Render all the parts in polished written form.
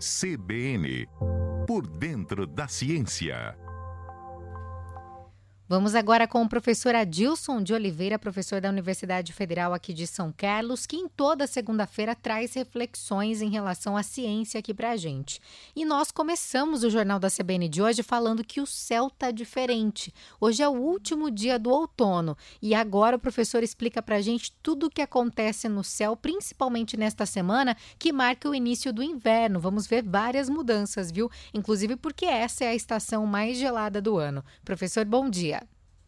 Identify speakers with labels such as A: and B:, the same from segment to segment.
A: CBN, por dentro da ciência.
B: Vamos agora com o professor Adilson de Oliveira, professor da Universidade Federal aqui de São Carlos, que em toda segunda-feira traz reflexões em relação à ciência aqui pra gente. E nós começamos o Jornal da CBN de hoje falando que o céu tá diferente. Hoje é o último dia do outono e agora o professor explica pra gente tudo o que acontece no céu, principalmente nesta semana, que marca o início do inverno. Vamos ver várias mudanças, viu? Inclusive porque essa é a estação mais gelada do ano. Professor, bom dia.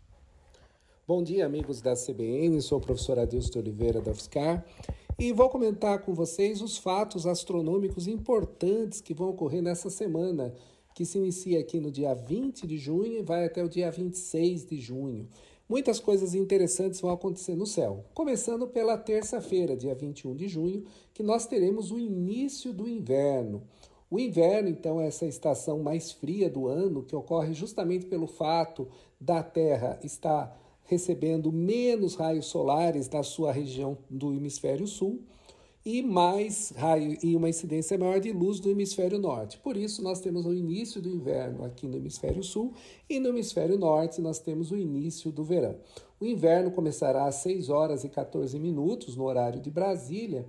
C: Bom dia, amigos da CBN, sou o professor Adilson de Oliveira da UFSCar e vou comentar com vocês os fatos astronômicos importantes que vão ocorrer nessa semana, que se inicia aqui no dia 20 de junho e vai até o dia 26 de junho. Muitas coisas interessantes vão acontecer no céu, começando pela terça-feira, dia 21 de junho, que nós teremos o início do inverno. O inverno, então, é essa estação mais fria do ano, que ocorre justamente pelo fato da Terra estar recebendo menos raios solares na sua região do hemisfério sul e mais raio e uma incidência maior de luz do hemisfério norte. Por isso, nós temos o início do inverno aqui no hemisfério sul e no hemisfério norte nós temos o início do verão. O inverno começará às 6 horas e 14 minutos no horário de Brasília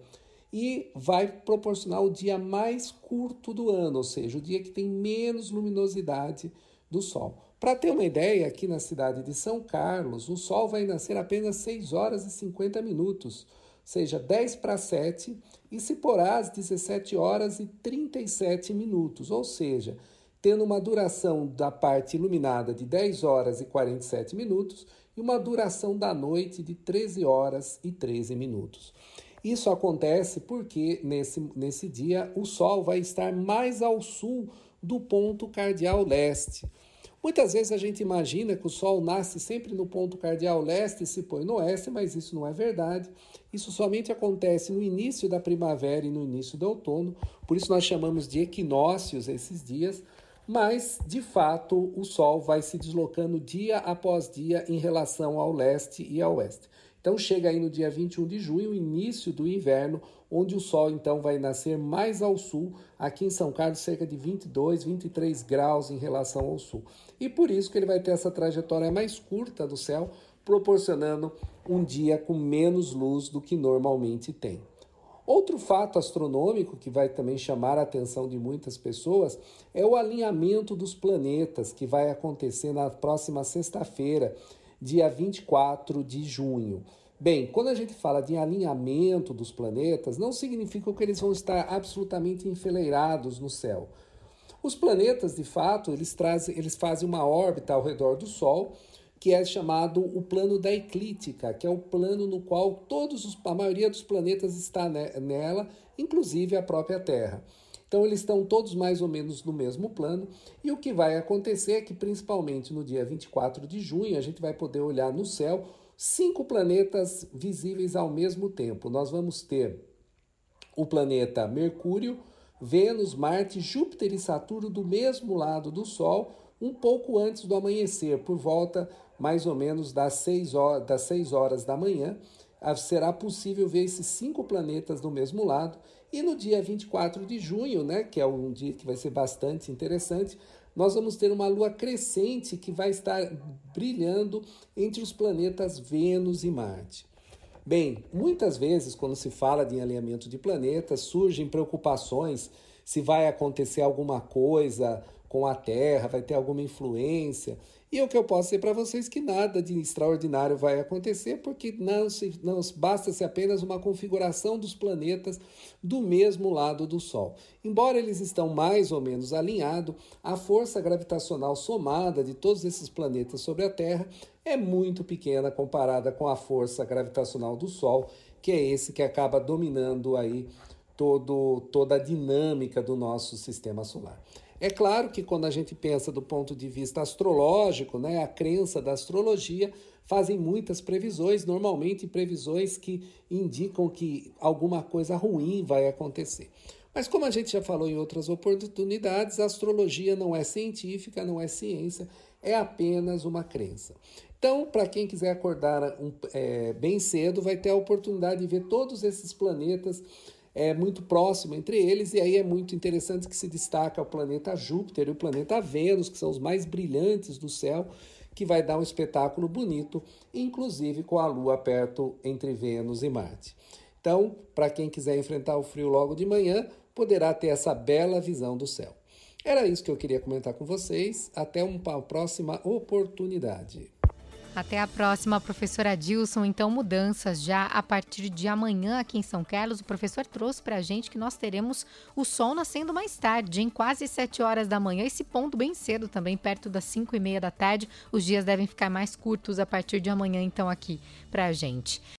C: e vai proporcionar o dia mais curto do ano, ou seja, o dia que tem menos luminosidade do Sol. Para ter uma ideia, aqui na cidade de São Carlos, o Sol vai nascer apenas 6 horas e 50 minutos, ou seja, 10 para 7, e se porá às 17 horas e 37 minutos, ou seja, tendo uma duração da parte iluminada de 10 horas e 47 minutos e uma duração da noite de 13 horas e 13 minutos. Isso acontece porque nesse dia o Sol vai estar mais ao sul do ponto cardial leste. Muitas vezes a gente imagina que o Sol nasce sempre no ponto cardial leste e se põe no oeste, mas isso não é verdade. Isso somente acontece no início da primavera e no início do outono, por isso nós chamamos de equinócios esses dias, mas de fato o Sol vai se deslocando dia após dia em relação ao leste e ao oeste. Então chega aí no dia 21 de junho, o início do inverno, onde o Sol então vai nascer mais ao sul, aqui em São Carlos cerca de 22, 23 graus em relação ao sul. E por isso que ele vai ter essa trajetória mais curta do céu, proporcionando um dia com menos luz do que normalmente tem. Outro fato astronômico que vai também chamar a atenção de muitas pessoas é o alinhamento dos planetas, que vai acontecer na próxima sexta-feira, dia 24 de junho. Bem, quando a gente fala de alinhamento dos planetas, não significa que eles vão estar absolutamente enfileirados no céu. Os planetas, de fato, eles fazem uma órbita ao redor do Sol, que é chamado o plano da eclíptica, que é o plano no qual a maioria dos planetas está nela, inclusive a própria Terra. Então, eles estão todos mais ou menos no mesmo plano, e o que vai acontecer é que, principalmente no dia 24 de junho, a gente vai poder olhar no céu 5 planetas visíveis ao mesmo tempo. Nós vamos ter o planeta Mercúrio, Vênus, Marte, Júpiter e Saturno do mesmo lado do Sol, um pouco antes do amanhecer, por volta mais ou menos das 6 horas da manhã. Será possível ver esses 5 planetas do mesmo lado. E no dia 24 de junho, que é um dia que vai ser bastante interessante, nós vamos ter uma lua crescente que vai estar brilhando entre os planetas Vênus e Marte. Bem, muitas vezes quando se fala de alinhamento de planetas, surgem preocupações se vai acontecer alguma coisa com a Terra, vai ter alguma influência. E o que eu posso dizer para vocês é que nada de extraordinário vai acontecer, porque não basta-se apenas uma configuração dos planetas do mesmo lado do Sol. Embora eles estão mais ou menos alinhados, a força gravitacional somada de todos esses planetas sobre a Terra é muito pequena comparada com a força gravitacional do Sol, que é esse que acaba dominando aí toda a dinâmica do nosso sistema solar. É claro que quando a gente pensa do ponto de vista astrológico, a crença da astrologia fazem muitas previsões, normalmente previsões que indicam que alguma coisa ruim vai acontecer. Mas como a gente já falou em outras oportunidades, a astrologia não é científica, não é ciência, é apenas uma crença. Então, para quem quiser acordar bem cedo, vai ter a oportunidade de ver todos esses planetas é muito próximo entre eles, e aí é muito interessante que se destaca o planeta Júpiter e o planeta Vênus, que são os mais brilhantes do céu, que vai dar um espetáculo bonito, inclusive com a Lua perto entre Vênus e Marte. Então, para quem quiser enfrentar o frio logo de manhã, poderá ter essa bela visão do céu. Era isso que eu queria comentar com vocês. Até uma próxima oportunidade.
B: Até a próxima, professora Adilson. Então, mudanças já a partir de amanhã aqui em São Carlos. O professor trouxe para a gente que nós teremos o sol nascendo mais tarde, em quase 7 horas da manhã. Esse ponto bem cedo também, perto das 5:30 da tarde. Os dias devem ficar mais curtos a partir de amanhã, então, aqui para a gente.